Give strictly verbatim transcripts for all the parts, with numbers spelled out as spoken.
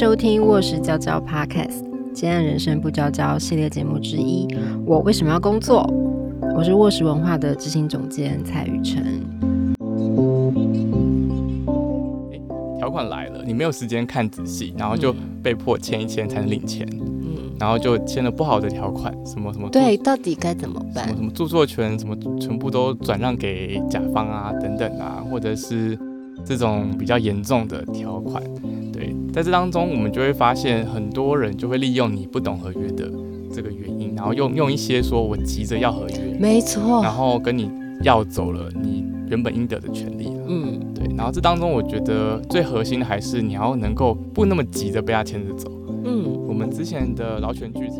收听卧石娇娇 Podcast 接案人生不娇娇系列节目之一，我为什么要工作？我是卧石文化的执行总监蔡雨辰。 条款来了，你没有时间看仔细，然后就被迫签一签才能领钱，嗯，然后就签了不好的条款，什么什么对，到底该怎么办？ 什么什么著作权什么全部都转让给甲方啊等等啊，或者是这种比较严重的条款。对，在这当中我们就会发现很多人就会利用你不懂合约的这个原因，然后用用一些说我急着要合约， 没错， 然后跟你要走了你原本应得的权利了。嗯，对。然后这当中我觉得最核心的还是你要能够不那么急着被他牵着走。嗯，我们之前的劳权剧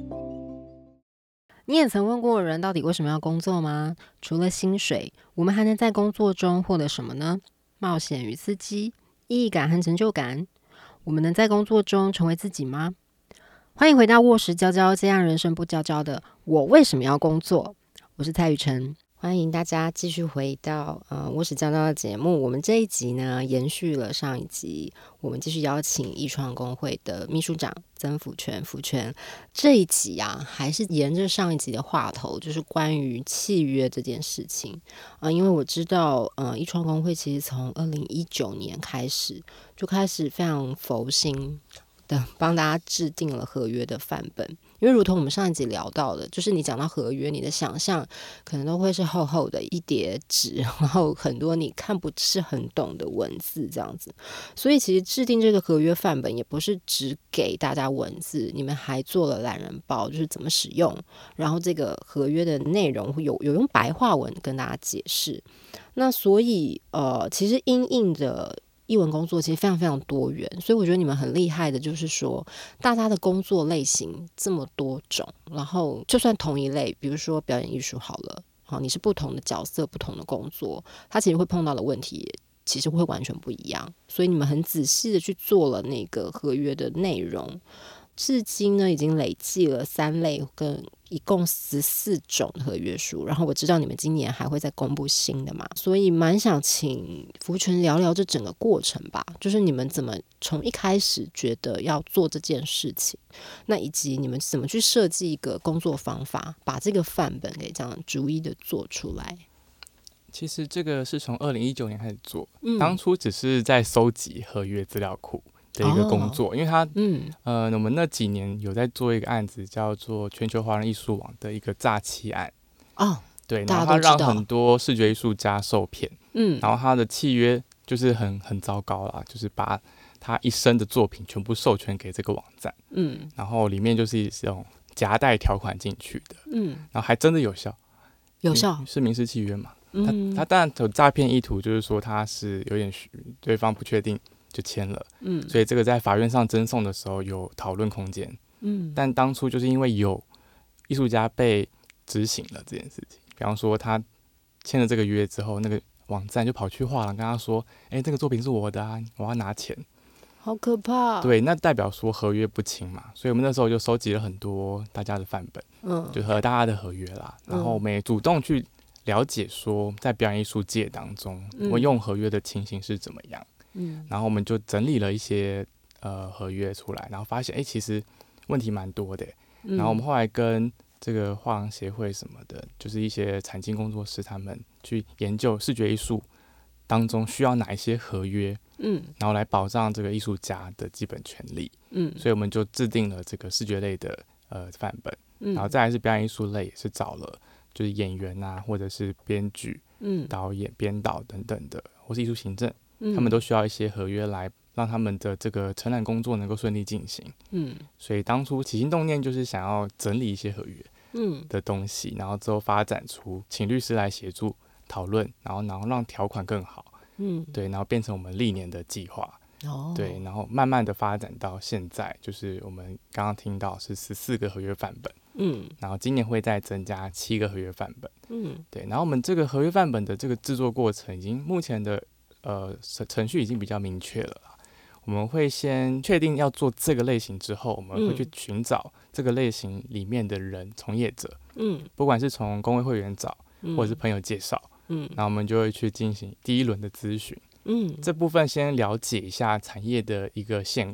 你也曾问过人到底为什么要工作吗？除了薪水，我们还能在工作中获得什么呢？冒险与刺激，意义感和成就感。我们能在工作中成为自己吗？欢迎回到卧石娇娇这样人生不娇娇的我为什么要工作？我是蔡雨辰，欢迎大家继续回到呃卧石娇娇的节目。我们这一集呢，延续了上一集，我们继续邀请艺创工会的秘书长曾福全福全。这一集啊，还是沿着上一集的话头，就是关于契约这件事情啊、呃。因为我知道，呃，艺创工会其实从二零一九年开始就开始非常佛心的帮大家制定了合约的范本。因为如同我们上一集聊到的，就是你讲到合约，你的想象可能都会是厚厚的一叠纸，然后很多你看不是很懂的文字这样子。所以其实制定这个合约范本也不是只给大家文字，你们还做了懒人包，就是怎么使用，然后这个合约的内容有有用白话文跟大家解释。那所以呃，其实因应的艺文工作其实非常非常多元，所以我觉得你们很厉害的就是说大家的工作类型这么多种，然后就算同一类，比如说表演艺术好了，好，你是不同的角色不同的工作，它其实会碰到的问题其实会完全不一样，所以你们很仔细的去做了那个合约的内容。至今呢，已经累计了三类跟一共十四种合约书，然后我知道你们今年还会再公布新的嘛，所以蛮想请福全聊聊这整个过程吧，就是你们怎么从一开始觉得要做这件事情，那以及你们怎么去设计一个工作方法，把这个范本给这样逐一的做出来。 其实这个是从二零一九年开始做、嗯、当初只是在收集合约资料库的一个工作、哦、因为他、嗯呃、我们那几年有在做一个案子叫做全球华人艺术网的一个诈欺案哦，对，然后他让很多视觉艺术家受骗，嗯，然后他的契约就是很很糟糕啦，就是把他一生的作品全部授权给这个网站，嗯，然后里面就是这种夹带条款进去的，嗯，然后还真的有效， 有效是民事契约嘛，嗯，他他当然有诈骗意图，就是说他是有点对方不确定。就签了，嗯，所以这个在法院上争讼的时候有讨论空间，嗯，但当初就是因为有艺术家被执行了这件事情，比方说他签了这个约之后，那个网站就跑去画廊跟他说，哎、欸，这个作品是我的啊，我要拿钱， 好可怕。 对，那代表说合约不清嘛，所以我们那时候就收集了很多大家的范本，嗯，就和大家的合约啦，然后我们也主动去了解说，在表演艺术界当中，我们用合约的情形是怎么样。嗯，然后我们就整理了一些呃合约出来，然后发现哎，其实问题蛮多的、嗯。然后我们后来跟这个画廊协会什么的，就是一些产经工作室，他们去研究视觉艺术当中需要哪一些合约，嗯，然后来保障这个艺术家的基本权利，嗯，所以我们就制定了这个视觉类的呃范本，嗯，然后再来是表演艺术类，也是找了就是演员啊，或者是编剧、嗯，导演、编导等等的，或是艺术行政。他们都需要一些合约来让他们的这个承揽工作能够顺利进行，嗯，所以当初起心动念就是想要整理一些合约的东西，然后之后发展出请律师来协助讨论，然后然后让条款更好，嗯，对，然后变成我们历年的计划，哦，对，然后慢慢的发展到现在，就是我们刚刚听到是十四个合约范本，嗯，然后今年会再增加七个合约范本，嗯，对，然后我们这个合约范本的这个制作过程，已经目前的呃，程序已经比较明确了啦。我们会先确定要做这个类型之后，我们会去寻找这个类型里面的人从业者，嗯，不管是从工会会员找，或者是朋友介绍，嗯，然后我们就会去进行第一轮的咨询，嗯，这部分先了解一下产业的一个现况，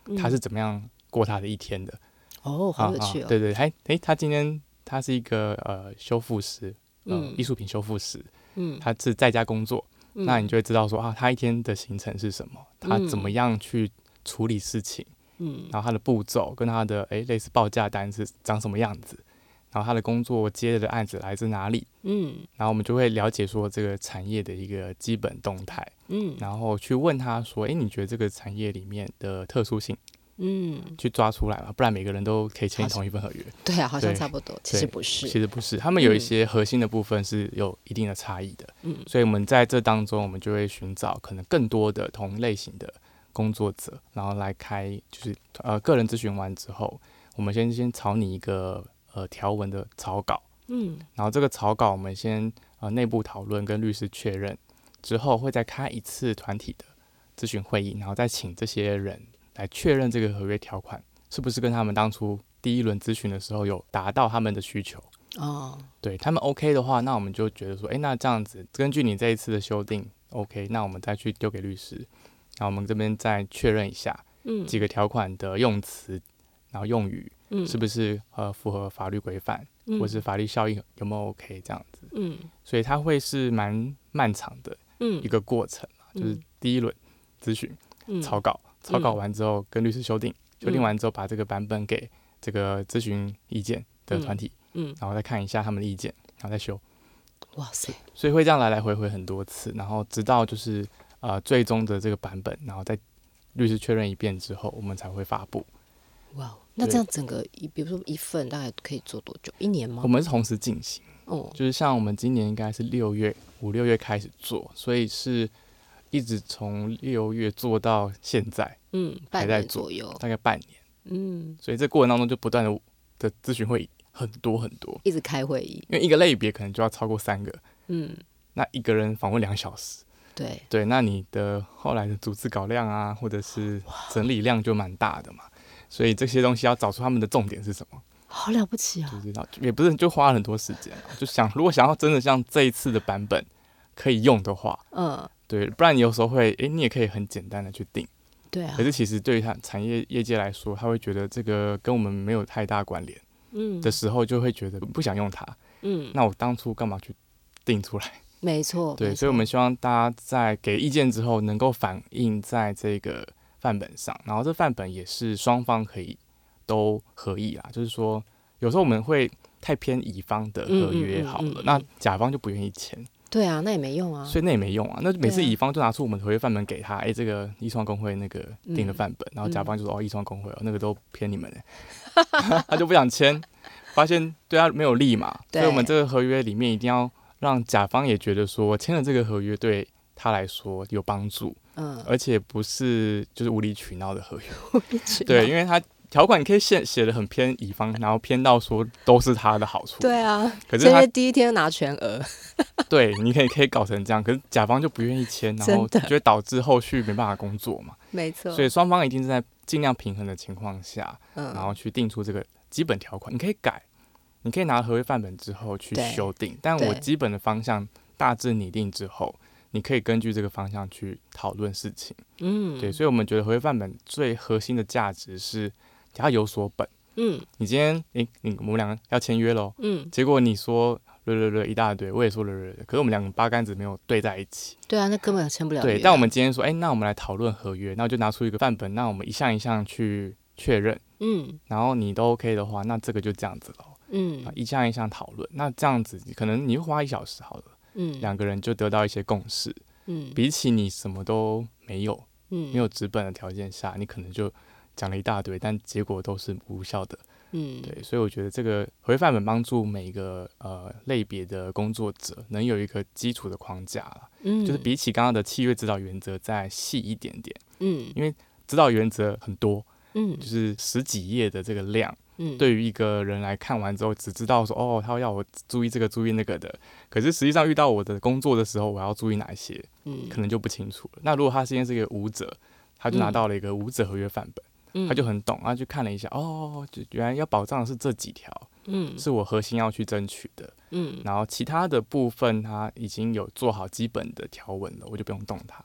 他是怎么样过他的一天的。 哦，好有趣哦。 啊啊、对对，哎哎，他今天他是一个呃修复师，呃，艺术品修复师，嗯，他是在家工作，嗯、那你就会知道说啊，他一天的行程是什么，他怎么样去处理事情，嗯，然后他的步骤跟他的哎类似报价单是长什么样子，然后他的工作接的案子来自哪里，嗯，然后我们就会了解说这个产业的一个基本动态，嗯，然后去问他说，哎，你觉得这个产业里面的特殊性？嗯，去抓出来嘛，不然每个人都可以签同一份合约。 对啊，好像差不多，其实不是， 其实不是，他们有一些核心的部分是有一定的差异的。嗯，所以我们在这当中，我们就会寻找可能更多的同类型的工作者，然后来开，就是呃个人咨询完之后，我们先先草拟一个呃条文的草稿。嗯，然后这个草稿我们先呃内部讨论，跟律师确认之后，会再开一次团体的咨询会议，然后再请这些人来确认这个合约条款是不是跟他们当初第一轮咨询的时候有达到他们的需求。哦，对他们 OK 的话，那我们就觉得说，哎，那这样子根据你这一次的修订 OK， 那我们再去丢给律师，然后我们这边再确认一下，嗯，几个条款的用词，然后用语，嗯，是不是呃符合法律规范，嗯，或是法律效应有没有 OK 这样子，嗯，所以它会是蛮漫长的一个过程，嗯，就是第一轮咨询，嗯，草稿。草稿完之后跟律师修订，修订完之后把这个版本给这个咨询意见的团体，嗯，然后再看一下他们的意见，然后再修。 哇塞！ 所以会这样来来回回很多次，然后直到就是呃最终的这个版本，然后再律师确认一遍之后，我们才会发布。 哇，那这样整个比如说一份大概可以做多久？一年吗？ 我们是同时进行，哦，就是像我们今年应该是六月五六月开始做，所以是。一直从六月做到现在，嗯， 半年左右， 大概半年，嗯，所以这过程当中就不断的的咨询会议很多很多， 一直开会议， 因为一个类别可能就要超过三个，嗯，那一个人访问两小时， 对对，那你的后来的组织稿量啊，或者是整理量就蛮大的嘛，所以这些东西要找出他们的重点是什么， 好了不起啊， 就是也不是就花了很多时间，就想如果想要真的像这一次的版本可以用的话，嗯。对，不然你有时候会，哎，你也可以很简单的去定， 对啊。 可是其实对于他产业业界来说，他会觉得这个跟我们没有太大关联，嗯，的时候就会觉得不想用它，嗯，那我当初干嘛去定出来？ 没错， 对，所以我们希望大家在给意见之后，能够反映在这个范本上，然后这范本也是双方可以都合意啦，就是说有时候我们会太偏乙方的合约好了，嗯嗯嗯嗯嗯，那甲方就不愿意签。 对啊，那也没用啊， 所以那也没用啊。那每次乙方就拿出我们的合约范本给他，哎、欸，这个艺创工会那个定的范本，嗯、然后甲方就说、嗯、哦，艺创工会哦，那个都骗你们的，他就不想签，发现对他没有利嘛。所以我们这个合约里面一定要让甲方也觉得说，签了这个合约对他来说有帮助，嗯，而且不是就是无理取闹的合约。 无理取闹， 对，因为他。条款你可以写写的很偏乙方，然后偏到说都是他的好处。 对啊，可是他第一天拿全额。 对，你可以可以搞成这样，可是甲方就不愿意签，然后就会导致后续没办法工作嘛。 没错。 所以双方一定是在尽量平衡的情况下，嗯，然后去定出这个基本条款。你可以改，你可以拿合约范本之后去修订，但我基本的方向大致拟定之后。你可以根据这个方向去讨论事情，嗯，对，所以我们觉得合约范本最核心的价值是它有所本，嗯，你今天，哎、欸，你我们两个要签约咯，嗯，结果你说略略略一大堆，我也说略略略，可是我们两个八竿子没有对在一起， 对啊，那根本签不了约、啊。 对，但我们今天说，哎、欸，那我们来讨论合约，那我就拿出一个范本，那我们一项一项去确认，嗯，然后你都 OK 的话，那这个就这样子咯，嗯，一项一项讨论，那这样子可能你会花一小时好了。嗯，两个人就得到一些共识。嗯，比起你什么都没有，嗯，没有纸本的条件下，你可能就讲了一大堆，但结果都是无效的。嗯，对，所以我觉得这个合约范本帮助每一个呃类别的工作者能有一个基础的框架啦。嗯，就是比起刚刚的契约指导原则再细一点点。嗯，因为指导原则很多，嗯，就是十几页的这个量。嗯，对于一个人来看完之后，只知道说哦，他要我注意这个注意那个的，可是实际上遇到我的工作的时候，我要注意哪些，嗯，可能就不清楚了。那如果他今天是一个舞者，他就拿到了一个舞者合约范本，嗯，他就很懂，他就看了一下，哦，原来要保障的是这几条，嗯，是我核心要去争取的，嗯，然后其他的部分他已经有做好基本的条文了，我就不用动它。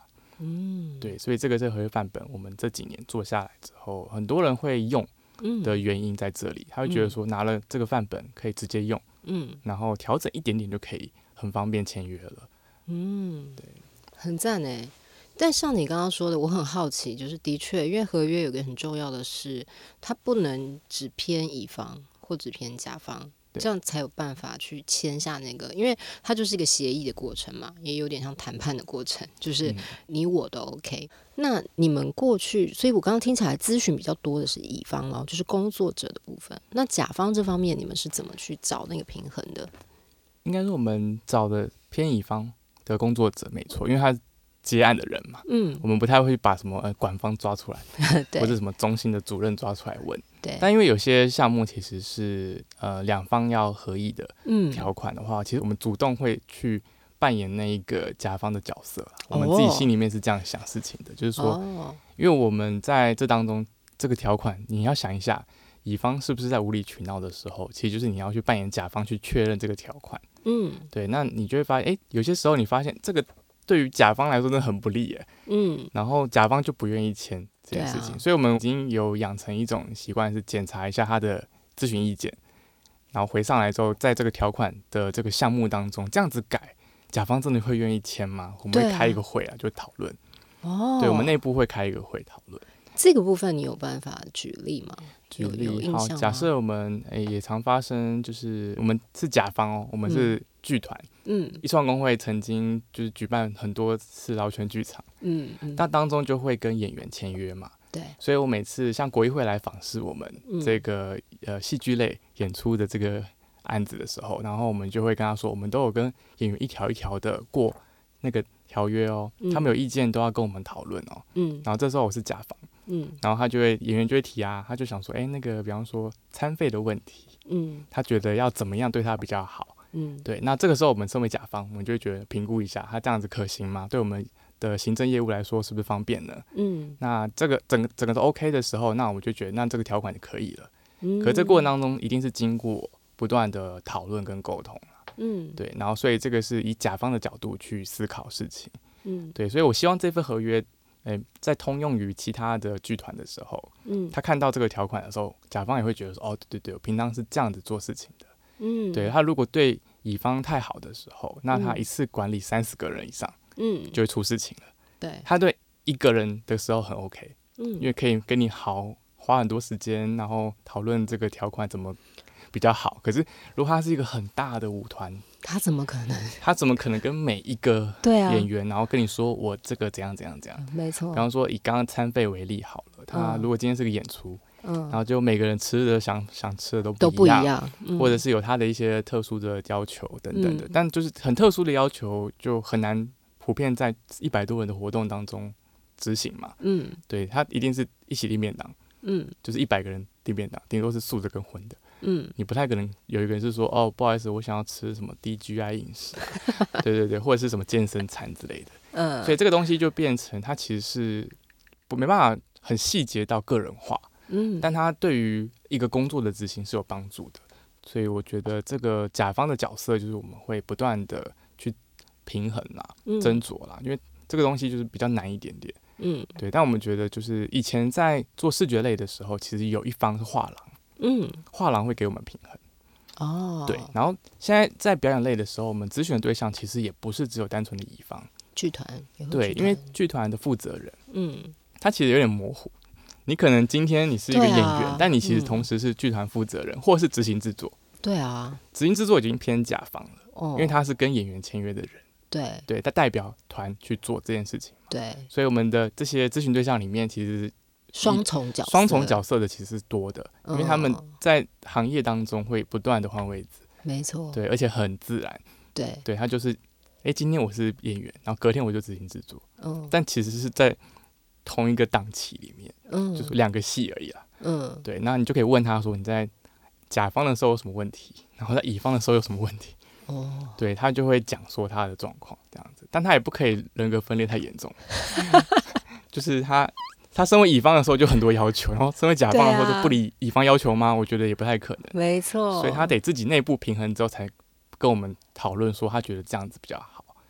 嗯，对，所以这个是合约范本，我们这几年做下来之后，很多人会用的原因在这里，他会觉得说拿了这个范本可以直接用，嗯，然后调整一点点就可以很方便签约了。嗯， 对，很赞哎。但像你刚刚说的，我很好奇，就是的确，因为合约有个很重要的是，它不能只偏乙方或只偏甲方，这样才有办法去签下那个，因为它就是一个协议的过程嘛，也有点像谈判的过程，就是你我都 OK。那你们过去，所以我刚刚听起来咨询比较多的是乙方咯，就是工作者的部分。那甲方这方面，你们是怎么去找那个平衡的？ 应该说我们找的偏乙方的工作者没错，因为他接案的人嘛，嗯，我们不太会把什么呃管方抓出来，或者什么中心的主任抓出来问，对。但因为有些项目其实是呃两方要合意的条款的话，嗯，其实我们主动会去扮演那一个甲方的角色，哦，我们自己心里面是这样想事情的，就是说，哦，因为我们在这当中这个条款，你要想一下，乙方是不是在无理取闹的时候，其实就是你要去扮演甲方去确认这个条款，嗯，对。那你就会发现，哎，有些时候你发现这个对于甲方来说真的很不利耶，嗯，然后甲方就不愿意签这件事情，啊，所以我们已经有养成一种习惯，是检查一下他的咨询意见，然后回上来之后，在这个条款的这个项目当中这样子改，甲方真的会愿意签吗？我们会开一个会啊，就讨论。哦，对，我们内部会开一个会讨论。 这个部分你有办法举例吗？ 举例，好，假设我们、欸、也常发生，就是我们是甲方哦，我们是剧团，嗯，一创工会曾经就是举办很多次劳权剧场，嗯嗯，那当中就会跟演员签约嘛，对，所以我每次像国艺会来访视我们这个、嗯、呃戏剧类演出的这个案子的时候，然后我们就会跟他说，我们都有跟演员一条一条的过那个条约哦，嗯，他们有意见都要跟我们讨论哦，嗯，然后这时候我是甲方。嗯，然后他就会演员就会提啊，他就想说，哎，那个比方说餐费的问题，嗯，他觉得要怎么样对他比较好，嗯，对，那这个时候我们身为甲方，我们就会觉得评估一下，他这样子可行吗？对我们的行政业务来说是不是方便呢？嗯，那这个整个整个都 OK 的时候，那我们就觉得那这个条款就可以了。嗯，可是这过程当中一定是经过不断的讨论跟沟通，嗯，对，然后所以这个是以甲方的角度去思考事情，嗯，对，所以我希望这份合约。欸、在通用于其他的剧团的时候，嗯，他看到这个条款的时候，甲方也会觉得说，哦，对对对，我平常是这样子做事情的，嗯，对，他如果对乙方太好的时候，那他一次管理三十个人以上，嗯，就会出事情了。对，他对一个人的时候很 OK，嗯，因为可以跟你好花很多时间，然后讨论这个条款怎么比较好。可是如果他是一个很大的舞团， 他怎么可能？ 他怎么可能跟每一个演员，啊、然后跟你说我这个怎样怎样怎样？ 没错。 比方说以刚刚餐费为例好了，他如果今天是个演出，嗯，然后就每个人吃的想想吃的都不一样， 都不一样，嗯， 或者是有他的一些特殊的要求等等的，嗯，但就是很特殊的要求就很难普遍在一百多人的活动当中执行嘛。嗯，对，他一定是一起订便当，嗯，就是一百个人订便当，顶多是素的跟荤的。嗯，你不太可能有一个人是说，哦，不好意思，我想要吃什么低 G I 饮食，啊，对对对，或者是什么健身餐之类的。嗯，所以这个东西就变成它其实是不没办法很细节到个人化，嗯，但它对于一个工作的执行是有帮助的。所以我觉得这个甲方的角色就是我们会不断的去平衡啦、斟酌啦，因为这个东西就是比较难一点点。嗯，对，但我们觉得就是以前在做视觉类的时候，其实有一方是画廊。嗯，画廊会给我们平衡哦，对。然后现在在表演类的时候，我们咨询的对象其实也不是只有单纯的乙方， 剧团对，因为剧团的负责人，嗯，他其实有点模糊。你可能今天你是一个演员，啊、但你其实同时是剧团负责人，嗯、或是执行制作。 对啊， 执行制作已经偏甲方了，哦，因为他是跟演员签约的人， 对， 对，他代表团去做这件事情， 对。 所以我们的这些咨询对象里面，其实双重角色， 双重角色的其实是多的，因为他们在行业当中会不断的换位置， 没错， 对，而且很自然， 对， 对他就是，哎、欸，今天我是演员，然后隔天我就执行制作，嗯，但其实是在同一个档期里面，嗯，就是两个戏而已啦，嗯，对，那你就可以问他说你在甲方的时候有什么问题，然后在乙方的时候有什么问题，哦，对他就会讲说他的状况这样子，但他也不可以人格分裂太严重，就是他。他身为乙方的时候就很多要求，然后身为甲方的时候就不理乙方要求吗？我觉得也不太可能。 没错， 所以他得自己内部平衡之后才跟我们讨论说他觉得这样子比较好。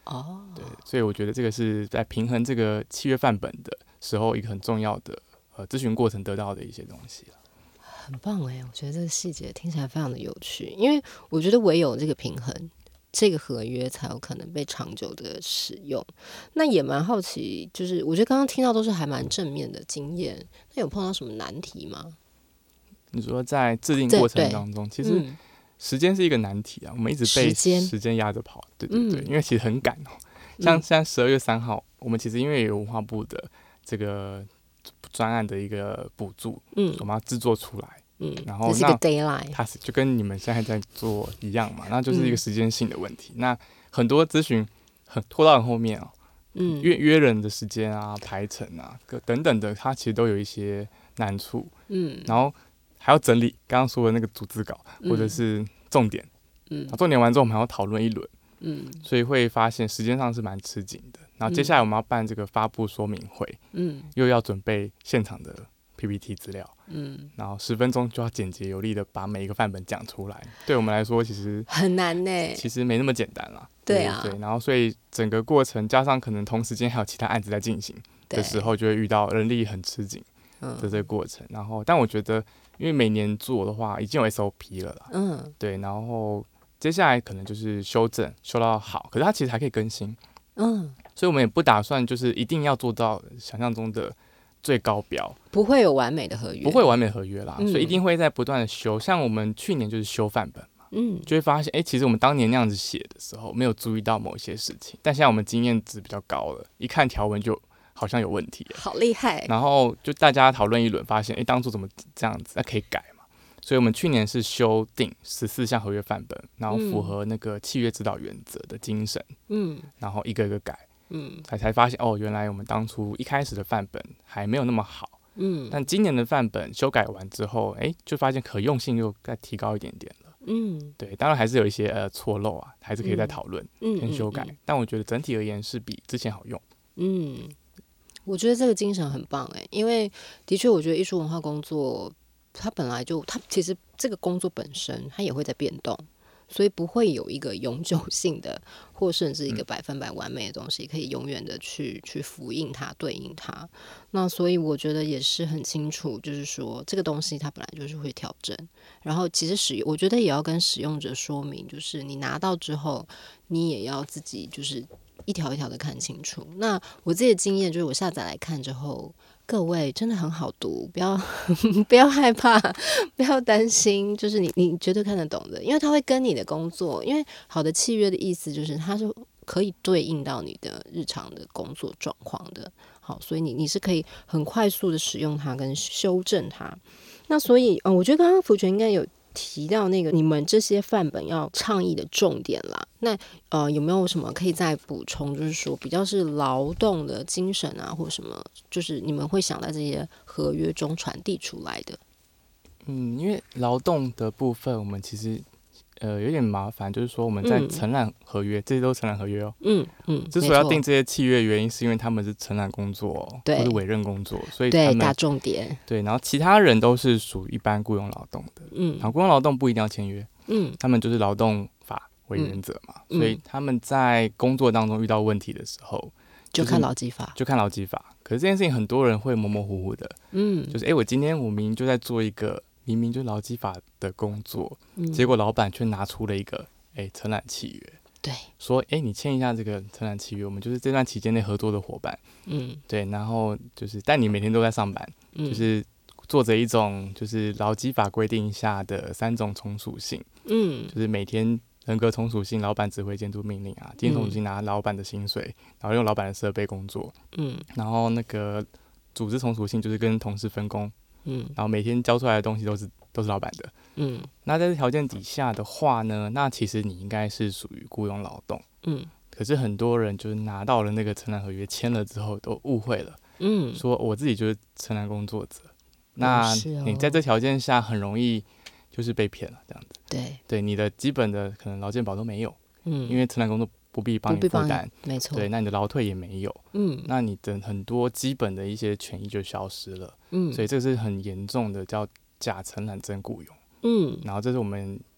哦， 对，所以我觉得这个是在平衡这个契约范本的时候一个很重要的呃咨询过程得到的一些东西了。 很棒哎，我觉得这个细节听起来非常的有趣，因为我觉得唯有这个平衡，这个合约才有可能被长久的使用。那也蛮好奇，就是我觉得刚刚听到都是还蛮正面的经验，那有碰到什么难题吗？ 你说在制定过程当中，其实时间是一个难题啊，我们一直被时间压着跑，对对对，嗯、因为其实很赶哦。像现在十二月三号，我们其实因为有文化部的这个专案的一个补助，嗯，我们要制作出来，嗯，然后那它是就跟你们现在在做一样嘛，那就是一个时间性的问题。嗯、那很多咨询很拖到很后面哦，嗯，约约人的时间啊、排程啊等等的，它其实都有一些难处，嗯，然后还要整理刚刚说的那个逐字稿、嗯、或者是重点，嗯，重点完之后我们还要讨论一轮。嗯，所以会发现时间上是蛮吃紧的。然后接下来我们要办这个发布说明会，嗯，又要准备现场的 P P T 资料，嗯，然后十分钟就要简洁有力的把每一个范本讲出来。对我们来说，其实很难呢， 其实没那么简单啦。 对啊， 对，然后所以整个过程加上可能同时间还有其他案子在进行的时候，就会遇到人力很吃紧的这个过程。然后，但我觉得，因为每年做的话已经有 S O P 了啦，嗯，对，然后。接下来可能就是修正，修到好，可是它其实还可以更新，嗯，所以我们也不打算就是一定要做到想象中的最高标， 不会有完美的合约， 不会有完美合约啦，嗯、所以一定会在不断的修。像我们去年就是修范本嘛，嗯，就会发现，哎、欸，其实我们当年那样子写的时候，没有注意到某一些事情，但现在我们经验值比较高了，一看条文就好像有问题， 好厉害。 然后就大家讨论一轮，发现，哎、欸，当初怎么这样子，那可以改。所以我们去年是修订十四项合约范本，然后符合那个契约指导原则的精神，嗯，然后一个一个改，嗯，才才发现哦，原来我们当初一开始的范本还没有那么好，嗯，但今年的范本修改完之后，哎，就发现可用性又再提高一点点了，嗯，对，当然还是有一些呃错漏啊，还是可以再讨论跟修改，但我觉得整体而言是比之前好用， 嗯，我觉得这个精神很棒哎，因为的确我觉得艺术文化工作。它本来就，它其实这个工作本身它也会在变动，所以不会有一个永久性的，或甚至一个百分百完美的东西，可以永远的去去呼应它、对应它。那所以我觉得也是很清楚，就是说这个东西它本来就是会调整，然后其实使用，我觉得也要跟使用者说明，就是你拿到之后，你也要自己就是一条一条的看清楚。那我自己的经验就是，我下载来看之后。各位真的很好读，不要不要害怕，不要担心，就是你你绝对看得懂的，因为它会跟你的工作，因为好的契约的意思就是它是可以对应到你的日常的工作状况的，好，所以你你是可以很快速的使用它跟修正它。那所以，嗯，我觉得刚刚福全应该有提到那个你们这些范本要倡议的重点啦，那呃有没有什么可以再补充？就是说比较是劳动的精神啊，或什么，就是你们会想在这些合约中传递出来的。 嗯，因为劳动的部分，我们其实呃有点麻烦，就是说我们在承揽合约，嗯、这些都是承揽合约哦。嗯嗯。之所以要定这些契约，原因是因为他们是承揽工作、哦，或是委任工作，所以他们对大重点。 对，然后其他人都是属于一般雇佣劳动的。嗯。然后雇佣劳动不一定要签约。嗯。他们就是劳动法为原则嘛，嗯、所以他们在工作当中遇到问题的时候， 就看劳基法， 就看劳基法。可是这件事情很多人会模模糊糊的。嗯。就是哎、欸，我今天我明明就在做一个。明明就是劳基法的工作，嗯、结果老板却拿出了一个哎承揽契约， 对， 说哎你签一下这个承揽契约，我们就是这段期间内合作的伙伴，嗯，对，然后就是但你每天都在上班，嗯、就是做着一种就是劳基法规定下的三种从属性，嗯，就是每天人格从属性，老板指挥监督命令啊，精神从属性拿老板的薪水，然后用老板的设备工作，嗯，然后那个组织从属性就是跟同事分工。嗯，然后每天交出来的东西都是都是老板的，嗯，那在这条件底下的话呢，那其实你应该是属于雇佣劳动，嗯，可是很多人就是拿到了那个承揽合约签了之后都误会了，嗯，说我自己就是承揽工作者，那你在这条件下很容易就是被骗了这样子， 对， 对，你的基本的可能劳健保都没有，嗯，因为承揽工作。不必帮你负担， 没错。 对，那你的劳退也没有，嗯，那你的很多基本的一些权益就消失了，嗯，所以这是很严重的，叫假承揽真雇佣，嗯，然后这是我们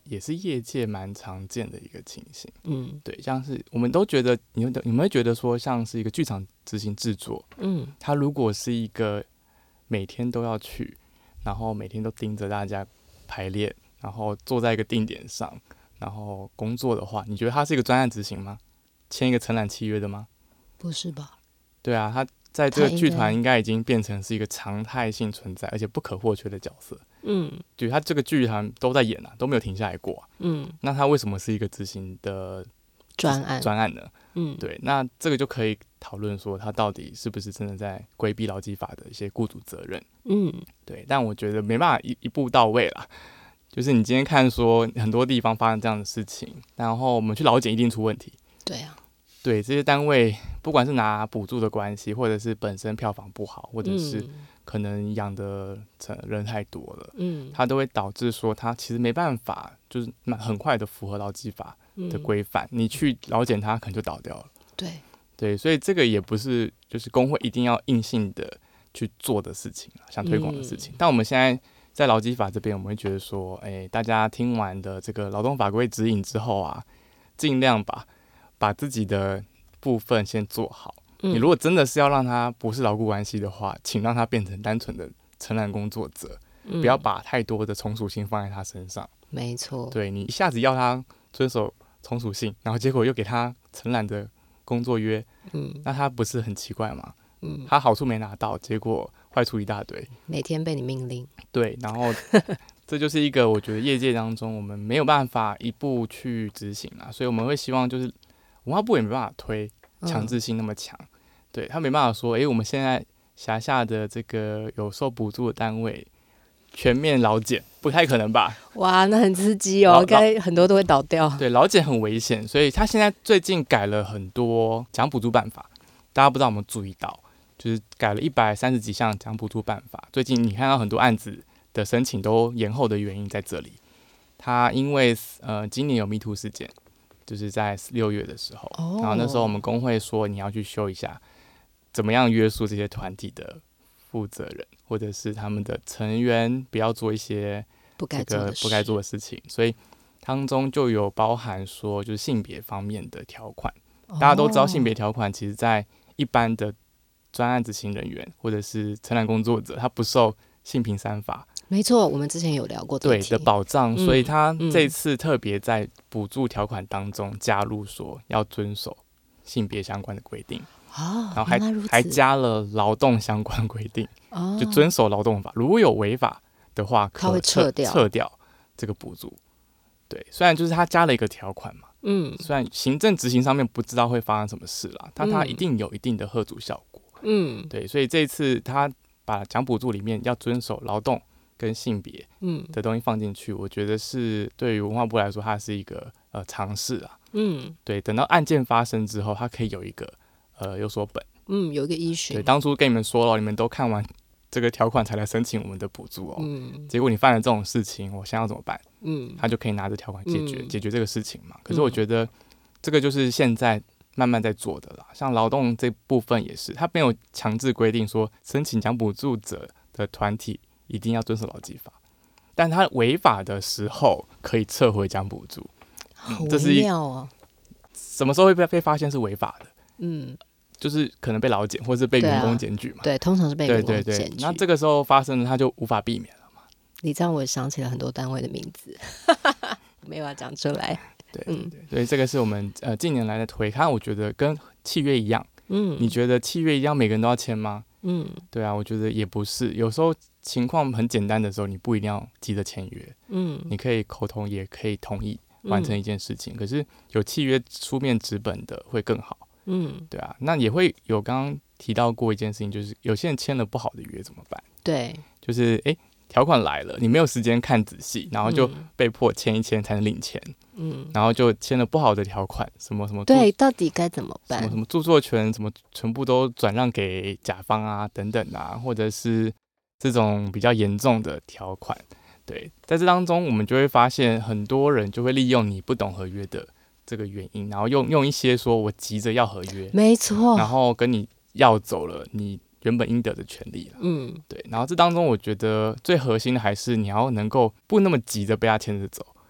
也是业界蛮常见的一个情形。 嗯， 对，像是我们都觉得，你你们会觉得说，像是一个剧场执行制作，嗯，它如果是一个每天都要去，然后每天都盯着大家排练，然后坐在一个定点上，然后工作的话，你觉得它是一个专案执行吗？签一个承揽契约的吗？ 不是吧？ 对啊，它在这个剧团应该已经变成是一个常态性存在，而且不可或缺的角色。嗯，就他这个剧团都在演啊，都没有停下来过、啊。嗯，那他为什么是一个执行的专案专案呢？嗯，对，那这个就可以讨论说，他到底是不是真的在规避劳基法的一些雇主责任？嗯，对，但我觉得没办法一一步到位啦。就是你今天看说很多地方发生这样的事情，然后我们去劳检一定出问题。 对啊。 对，这些单位不管是拿补助的关系，或者是本身票房不好，或者是可能养的人太多了，嗯，它都会导致说它其实没办法，就是很快的符合劳基法的规范，嗯，你去劳检它可能就倒掉了。 对对，所以这个也不是就是工会一定要硬性的去做的事情，想推广的事情。嗯，但我们现在在劳基法这边，我们会觉得说，哎，大家听完的这个劳动法规指引之后啊，尽量把把自己的部分先做好。嗯，你如果真的是要让他不是劳雇关系的话，请让他变成单纯的承揽工作者，嗯，不要把太多的从属性放在他身上。 没错， 对，你一下子要他遵守从属性，然后结果又给他承揽的工作约，嗯，那他不是很奇怪吗？嗯，他好处没拿到，结果坏处一大堆， 每天被你命令。 对，然后这就是一个我觉得业界当中我们没有办法一步去执行啦，所以我们会希望就是文化部也没办法推强制性那么强，嗯，对，他没办法说，哎，我们现在辖下的这个有受补助的单位全面劳检，不太可能吧？ 哇，那很刺激哦，该很多都会倒掉。 对，劳检很危险，所以他现在最近改了很多奖补助办法，大家不知道有没有注意到？就是改了一百三十几项奖补助办法，最近你看到很多案子的申请都延后的原因在这里。他因为呃今年有 Me Too 事件。就是在六月的时候，哦，然后那时候我们工会说你要去修一下，怎么样约束这些团体的负责人或者是他们的成员，不要做一些不该做的事， 不该做的事情，所以当中就有包含说就是性别方面的条款。哦，大家都知道性别条款，其实在一般的专案执行人员或者是承揽工作者，他不受性平三法。 没错，我们之前有聊过对的保障，嗯，所以他这次特别在补助条款当中加入说要遵守性别相关的规定，哦，然后还还加了劳动相关规定，哦，就遵守劳动法，如果有违法的话， 他会撤掉撤掉这个补助。对，虽然就是他加了一个条款嘛，嗯，虽然行政执行上面不知道会发生什么事啦，但他一定有一定的吓阻效果，嗯，对，所以这一次他把奖补助里面要遵守劳动跟性别的东西放进去，嗯，我觉得是对于文化部来说，它是一个呃尝试啊。嗯，对，等到案件发生之后，它可以有一个呃有所本，嗯， 有一个依循。 对，当初跟你们说了，你们都看完这个条款才来申请我们的补助哦。嗯，结果你犯了这种事情，我现在要怎么办？嗯，他就可以拿着条款解决、嗯、解决这个事情嘛。可是我觉得这个就是现在慢慢在做的啦。像劳动这部分也是，他没有强制规定说申请奖补助者的团体一定要遵守劳基法，但他违法的时候可以撤回奖补助。 好微妙哦！ 什么时候会被被发现是违法的？嗯，就是可能被劳检，或是被员工检举嘛。 对、啊，对，通常是被员工检举。对对对， 那这个时候发生了，他就无法避免了嘛。 你这样我想起了很多单位的名字，没有要讲出来。 对，嗯，所以这个是我们呃近年来的推，看我觉得跟契约一样。嗯，你觉得契约一样每个人都要签吗？嗯，对啊，我觉得也不是。有时候情况很简单的时候，你不一定要急着签约。嗯，你可以口头也可以同意完成一件事情，嗯、可是有契约书面纸本的会更好。嗯，对啊，那也会有刚刚提到过一件事情，就是有些人签了不好的约怎么办？ 对， 就是哎。条款来了，你没有时间看仔细，然后就被迫签一签才能领钱，嗯，然后就签了不好的条款，什么什么， 对，到底该怎么办？ 什么什么著作权，什么全部都转让给甲方啊，等等啊，或者是这种比较严重的条款，对，在这当中我们就会发现很多人就会利用你不懂合约的这个原因，然后用用一些说我急着要合约， 没错， 然后跟你要走了你原本应得的权利了，嗯，对，然后这当中我觉得最核心的还是你要能够不那么急着被他牵着走，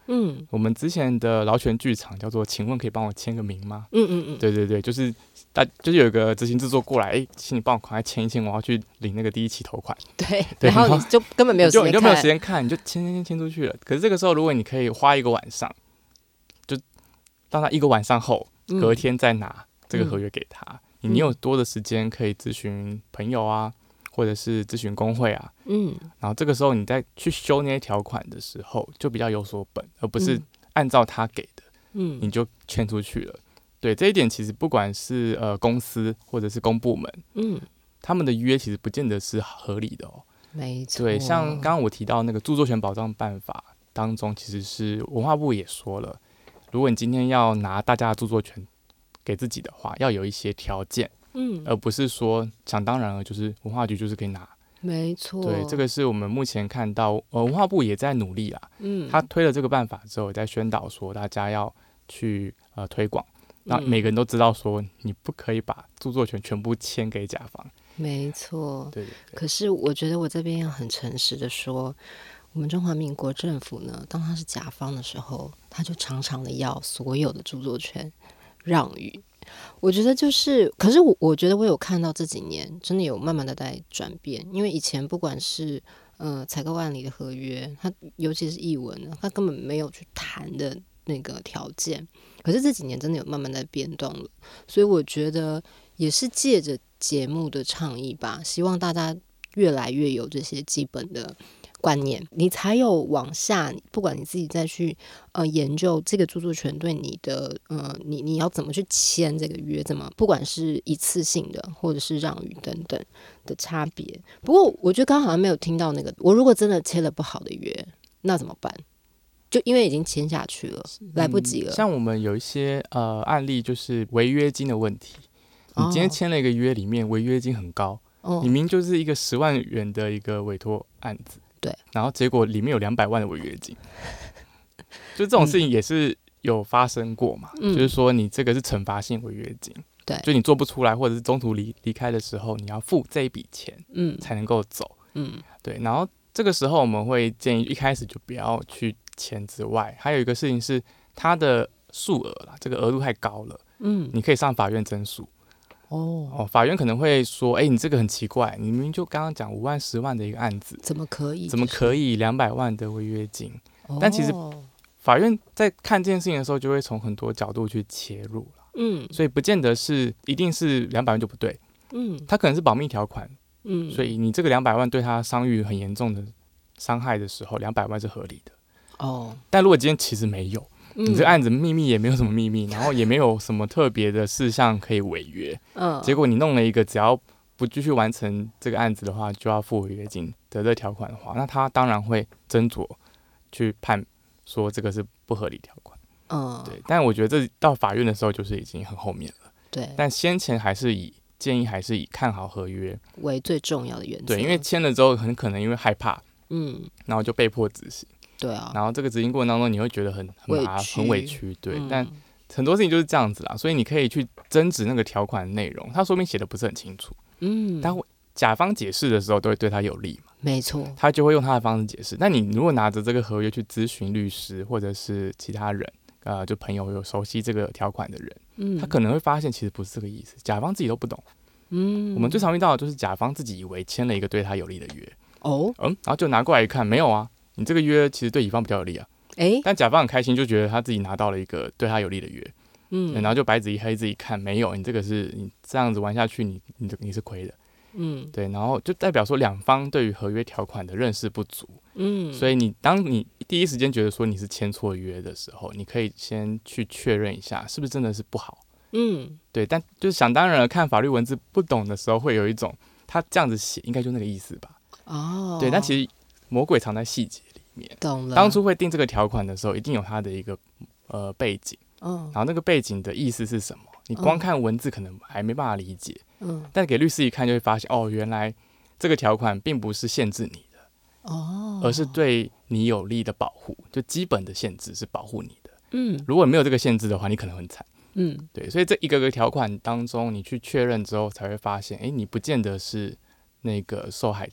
嗯，我们之前的劳权剧场叫做请问可以帮我签个名吗？ 嗯嗯嗯， 对对对，就是大就是有一个执行制作过来，哎，请你帮我赶快签一签，我要去领那个第一期头款。 对，对，然后你就根本没有时间看， 你就没有时间看，你就签签签签出去了。可是这个时候，如果你可以花一个晚上，就让他一个晚上后，隔天再拿这个合约给他，嗯、你有多的时间可以咨询朋友啊。或者是咨询工会啊，嗯，然后这个时候你再去修那些条款的时候，就比较有所本，而不是按照他给的，嗯，你就签出去了。对，这一点其实不管是呃公司或者是公部门，嗯，他们的约其实不见得是合理的哦。 没错。 对，像刚刚我提到那个著作权保障办法当中，其实是文化部也说了，如果你今天要拿大家的著作权给自己的话，要有一些条件。嗯，而不是说想当然了，就是文化局就是可以拿。 没错， 对，这个是我们目前看到，呃，文化部也在努力啦。嗯，他推了这个办法之后，也在宣导说大家要去呃推广，让每个人都知道说你不可以把著作权全部签给甲方。 没错， 对对对。 可是我觉得我这边要很诚实的说，我们中华民国政府呢，当他是甲方的时候，他就常常的要所有的著作权让与。我觉得就是，可是我我觉得我有看到这几年真的有慢慢的在转变，因为以前不管是呃采购案里的合约，它尤其是译文呢，它根本没有去谈的那个条件，可是这几年真的有慢慢在变动了，所以我觉得也是借着节目的倡议吧，希望大家越来越有这些基本的观念，你才有往下，不管你自己再去呃研究这个著作权对你的呃你你要怎么去签这个约，怎么不管是一次性的或者是让与等等的差别。不过我觉得刚刚好像没有听到那个，我如果真的签了不好的约，那怎么办？就因为已经签下去了，来不及了。 嗯、像我们有一些呃案例，就是违约金的问题。你今天签了一个约，里面违约金很高，哦、你明明就是一个十万元的一个委托案子。 对， 然后结果里面有两百万的违约金，就这种事情也是有发生过嘛？嗯、就是说你这个是惩罚性违约金， 对， 就你做不出来或者是中途离离开的时候，你要付这一笔钱，嗯，才能够走，嗯，对。然后这个时候我们会建议一开始就不要去签之外，还有一个事情是它的数额啦，这个额度太高了，嗯，你可以上法院申诉。哦, 哦，法院可能会说，哎、欸，你这个很奇怪，你明明就刚刚讲五万、十万的一个案子， 怎么可以？ 怎么可以两百万的违约金？哦、但其实法院在看这件事情的时候，就会从很多角度去切入了。嗯，所以不见得是一定是两百万就不对。嗯，它可能是保密条款。嗯，所以你这个两百万对他伤誉很严重的伤害的时候，两百万是合理的。哦，但如果今天其实没有。你这个案子秘密也没有什么秘密，然后也没有什么特别的事项可以违约，嗯，结果你弄了一个只要不继续完成这个案子的话，就要付违约金的这个条款的话，那他当然会斟酌去判说这个是不合理条款，嗯，对。但我觉得这到法院的时候就是已经很后面了， 对。 但先前还是以建议还是以看好合约为最重要的原则， 对，因为签了之后很可能因为害怕，嗯，然后就被迫执行。 对啊， 然后这个执行过程当中，你会觉得很很麻很委屈，对、嗯。但很多事情就是这样子啦，所以你可以去争执那个条款的内容，它说明写的不是很清楚，嗯。但甲方解释的时候都会对他有利嘛， 没错， 他就会用他的方式解释。但你如果拿着这个合约去咨询律师或者是其他人，呃，就朋友有熟悉这个条款的人，嗯，他可能会发现其实不是这个意思，甲方自己都不懂。嗯，我们最常遇到的就是甲方自己以为签了一个对他有利的约，哦，嗯，然后就拿过来一看，没有啊。你这个约其实对乙方比较有利啊，欸、但甲方很开心，就觉得他自己拿到了一个对他有利的约，嗯，然后就白纸一黑自己看，没有，你这个是你这样子玩下去，你你你是亏的，嗯，对，然后就代表说两方对于合约条款的认识不足，嗯，所以你当你第一时间觉得说你是签错约的时候，你可以先去确认一下是不是真的是不好，嗯，对，但就是想当然了，看法律文字不懂的时候，会有一种他这样子写应该就那个意思吧，哦，对，但其实魔鬼藏在细节里面。 懂了。 当初会定这个条款的时候，一定有它的一个呃背景，嗯，然后那个背景的意思是什么？你光看文字可能还没办法理解，嗯，但给律师一看就会发现，哦，原来这个条款并不是限制你的，哦，而是对你有利的保护，就基本的限制是保护你的，嗯，如果没有这个限制的话，你可能很惨，嗯，对，所以这一个个条款当中，你去确认之后，才会发现，哎，你不见得是那个受害者。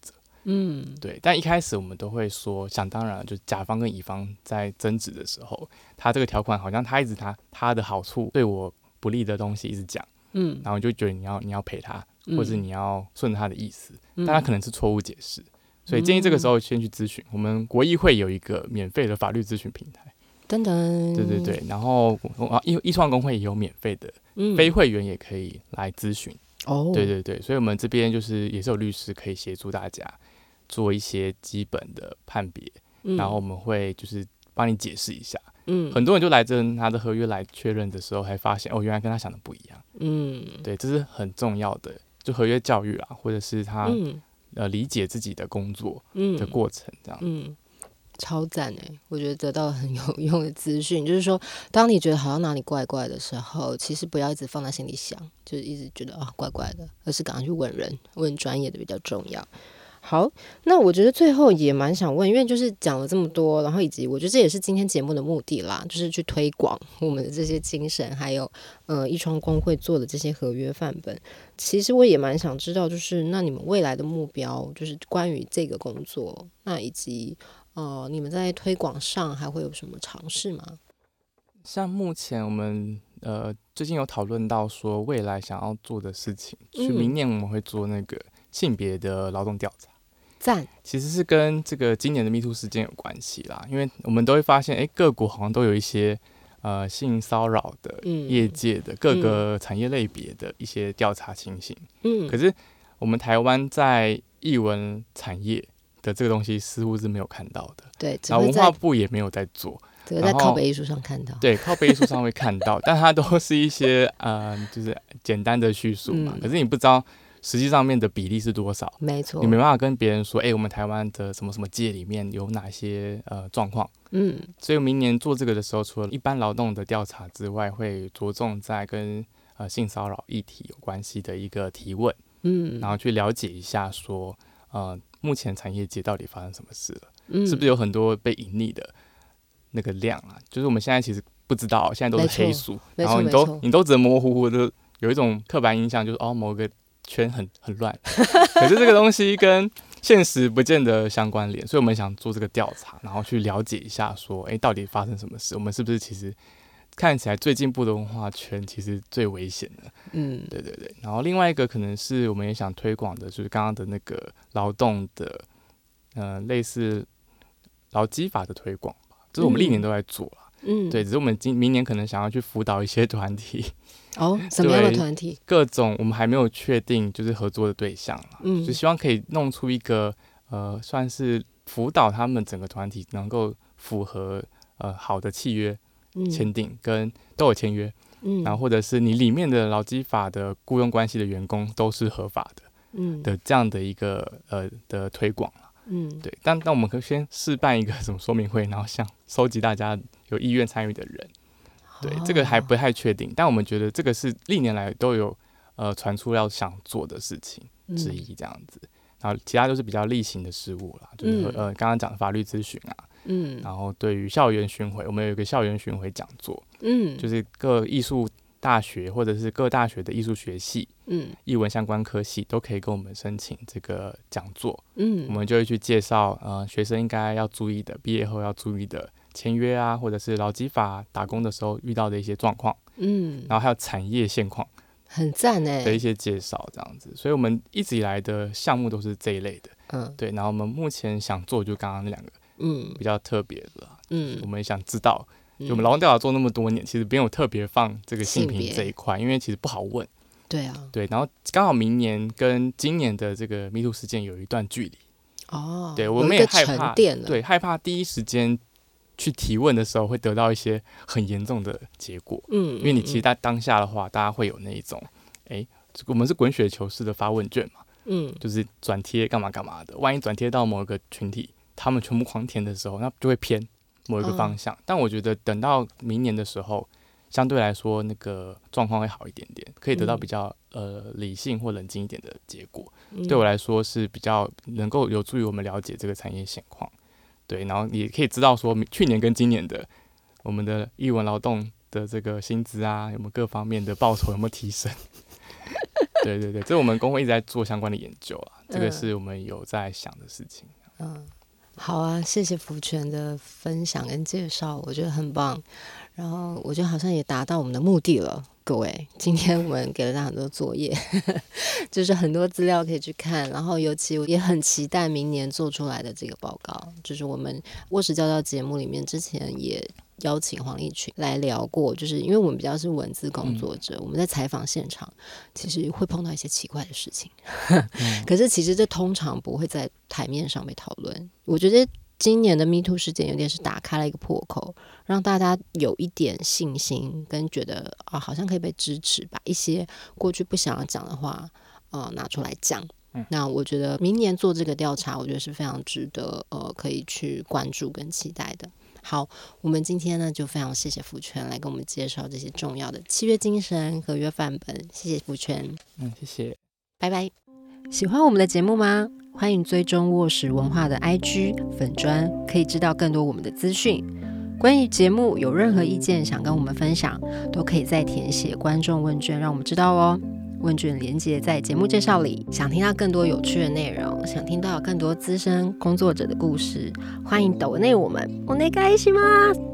嗯，对。但一开始我们都会说，想当然，就是甲方跟乙方在争执的时候，他这个条款好像他一直他他的好处对我不利的东西一直讲，嗯，然后就觉得你要你要赔他，或者你要顺着他的意思，嗯、但他可能是错误解释，所以建议这个时候先去咨询。我们国议会有一个免费的法律咨询平台。 等等， 对对对，然后艺艺创工会也有免费的，嗯、非会员也可以来咨询。哦，对对对，所以我们这边就是也是有律师可以协助大家做一些基本的判别，嗯、然后我们会就是帮你解释一下。嗯，很多人就来这拿着合约来确认的时候，还发现哦，原来跟他想的不一样。嗯，对，这是很重要的，就合约教育啦，或者是他、嗯、呃理解自己的工作的过程这样。嗯。嗯超赞哎！我觉得得到很有用的资讯，就是说，当你觉得好像哪里怪怪的时候，其实不要一直放在心里想，就是一直觉得啊怪怪的，而是赶快去问人，问专业的比较重要。好，那我觉得最后也蛮想问，因为就是讲了这么多，然后以及我觉得这也是今天节目的目的啦，就是去推广我们的这些精神，还有呃艺创工会做的这些合约范本。其实我也蛮想知道，就是那你们未来的目标，就是关于这个工作，那以及呃你们在推广上还会有什么尝试吗？ 像目前我们呃最近有讨论到说未来想要做的事情，嗯、是明年我们会做那个性别的劳动调查。 赞， 其实是跟这个今年的 Me Too 事件有关系啦，因为我们都会发现，哎，各国好像都有一些呃性骚扰的业界的各个产业类别的一些调查情形。嗯，可是我们台湾在艺文产业的这个东西似乎是没有看到的， 对， 然后文化部也没有在做， 只会在靠北艺术上看到， 对，靠北艺术上会看到，但它都是一些呃就是简单的叙述嘛，嗯、可是你不知道。实际上面的比例是多少？ 没错， 你没办法跟别人说，哎、欸，我们台湾的什么什么界里面有哪些呃状况？嗯，所以明年做这个的时候，除了一般劳动的调查之外，会着重在跟呃性骚扰议题有关系的一个提问，嗯，然后去了解一下说，呃，目前产业界到底发生什么事了？嗯，是不是有很多被隐匿的那个量啊？就是我们现在其实不知道，现在都是黑数，然后你都你都只能模模糊糊的有一种刻板印象，就是哦某个。圈很很乱，可是这个东西跟现实不见得相关联，所以我们想做这个调查，然后去了解一下说，哎，到底发生什么事？我们是不是其实看起来最进步的文化圈，其实最危险的？嗯，对对对。然后另外一个可能是我们也想推广的，就是刚刚的那个劳动的，呃，类似劳基法的推广吧，这是我们历年都在做啦。嗯，对，只是我们今明年可能想要去辅导一些团体。 哦，什么样的团体？ 各种我们还没有确定，就是合作的对象啦，嗯，就希望可以弄出一个呃，算是辅导他们整个团体能够符合呃好的契约签订，嗯、跟都有签约，嗯，然后或者是你里面的劳基法的雇佣关系的员工都是合法的，嗯的这样的一个呃的推广啦，嗯，对，但但我们可以先试办一个什么说明会，然后想收集大家有意愿参与的人。对，这个还不太确定，但我们觉得这个是历年来都有呃传出要想做的事情之一，这样子。嗯、然后其他都是比较例行的事务啦，就是、嗯、呃刚刚讲的法律咨询啊，嗯，然后对于校园巡回，我们有一个校园巡回讲座，嗯，就是各艺术大学或者是各大学的艺术学系，嗯，艺文相关科系都可以跟我们申请这个讲座，嗯，我们就会去介绍呃学生应该要注意的，毕业后要注意的。签约啊，或者是劳基法打工的时候遇到的一些状况，嗯，然后还有产业现况， 很赞哎的一些介绍这样子，所以我们一直以来的项目都是这一类的，嗯，对，然后我们目前想做就刚刚那两个，嗯，比较特别的啦，嗯，我们也想知道，就我们劳动调查做那么多年，其实没有特别放这个性平这一块，因为其实不好问， 对啊， 对，然后刚好明年跟今年的这个 Me Too 事件有一段距离， 哦， 对，我们也害怕，对，害怕第一时间。去提问的时候会得到一些很严重的结果，嗯，因为你其实在当下的话，大家会有那一种，哎，我们是滚雪球式的发问卷嘛，嗯，就是转贴干嘛干嘛的，万一转贴到某一个群体，他们全部狂填的时候，那就会偏某一个方向。嗯、但我觉得等到明年的时候，相对来说那个状况会好一点点，可以得到比较、嗯、呃理性或冷静一点的结果。嗯、对我来说是比较能够有助于我们了解这个产业现况。对，然后也可以知道说，去年跟今年的我们的艺文劳动的这个薪资啊，有没有各方面的报酬有没有提升？ 对对对，这我们工会一直在做相关的研究啊，这个是我们有在想的事情。 嗯，好啊，谢谢福全的分享跟介绍，我觉得很棒。然后我觉得好像也达到我们的目的了，各位，今天我们给了大家很多作业，就是很多资料可以去看，然后尤其我也很期待明年做出来的这个报告，就是我们卧室教教节目里面之前也邀请黄立群来聊过，就是因为我们比较是文字工作者，嗯、我们在采访现场其实会碰到一些奇怪的事情，嗯、可是其实这通常不会在台面上被讨论。我觉得今年的 Me Too 事件有点是打开了一个破口，让大家有一点信心跟觉得啊，好像可以被支持，把一些过去不想要讲的话呃拿出来讲。嗯、那我觉得明年做这个调查，我觉得是非常值得呃可以去关注跟期待的。好，我们今天呢就非常谢谢福全来跟我们介绍这些重要的契约精神、合约范本，谢谢福全。 嗯，谢谢， 拜拜。喜欢我们的节目吗？欢迎追踪卧室文化的 I G 粉专，可以知道更多我们的资讯。关于节目有任何意见想跟我们分享，都可以再填写观众问卷让我们知道哦。问卷连结在节目介绍里。想听到更多有趣的内容，想听到更多资深工作者的故事，欢迎抖内我们。お願いします。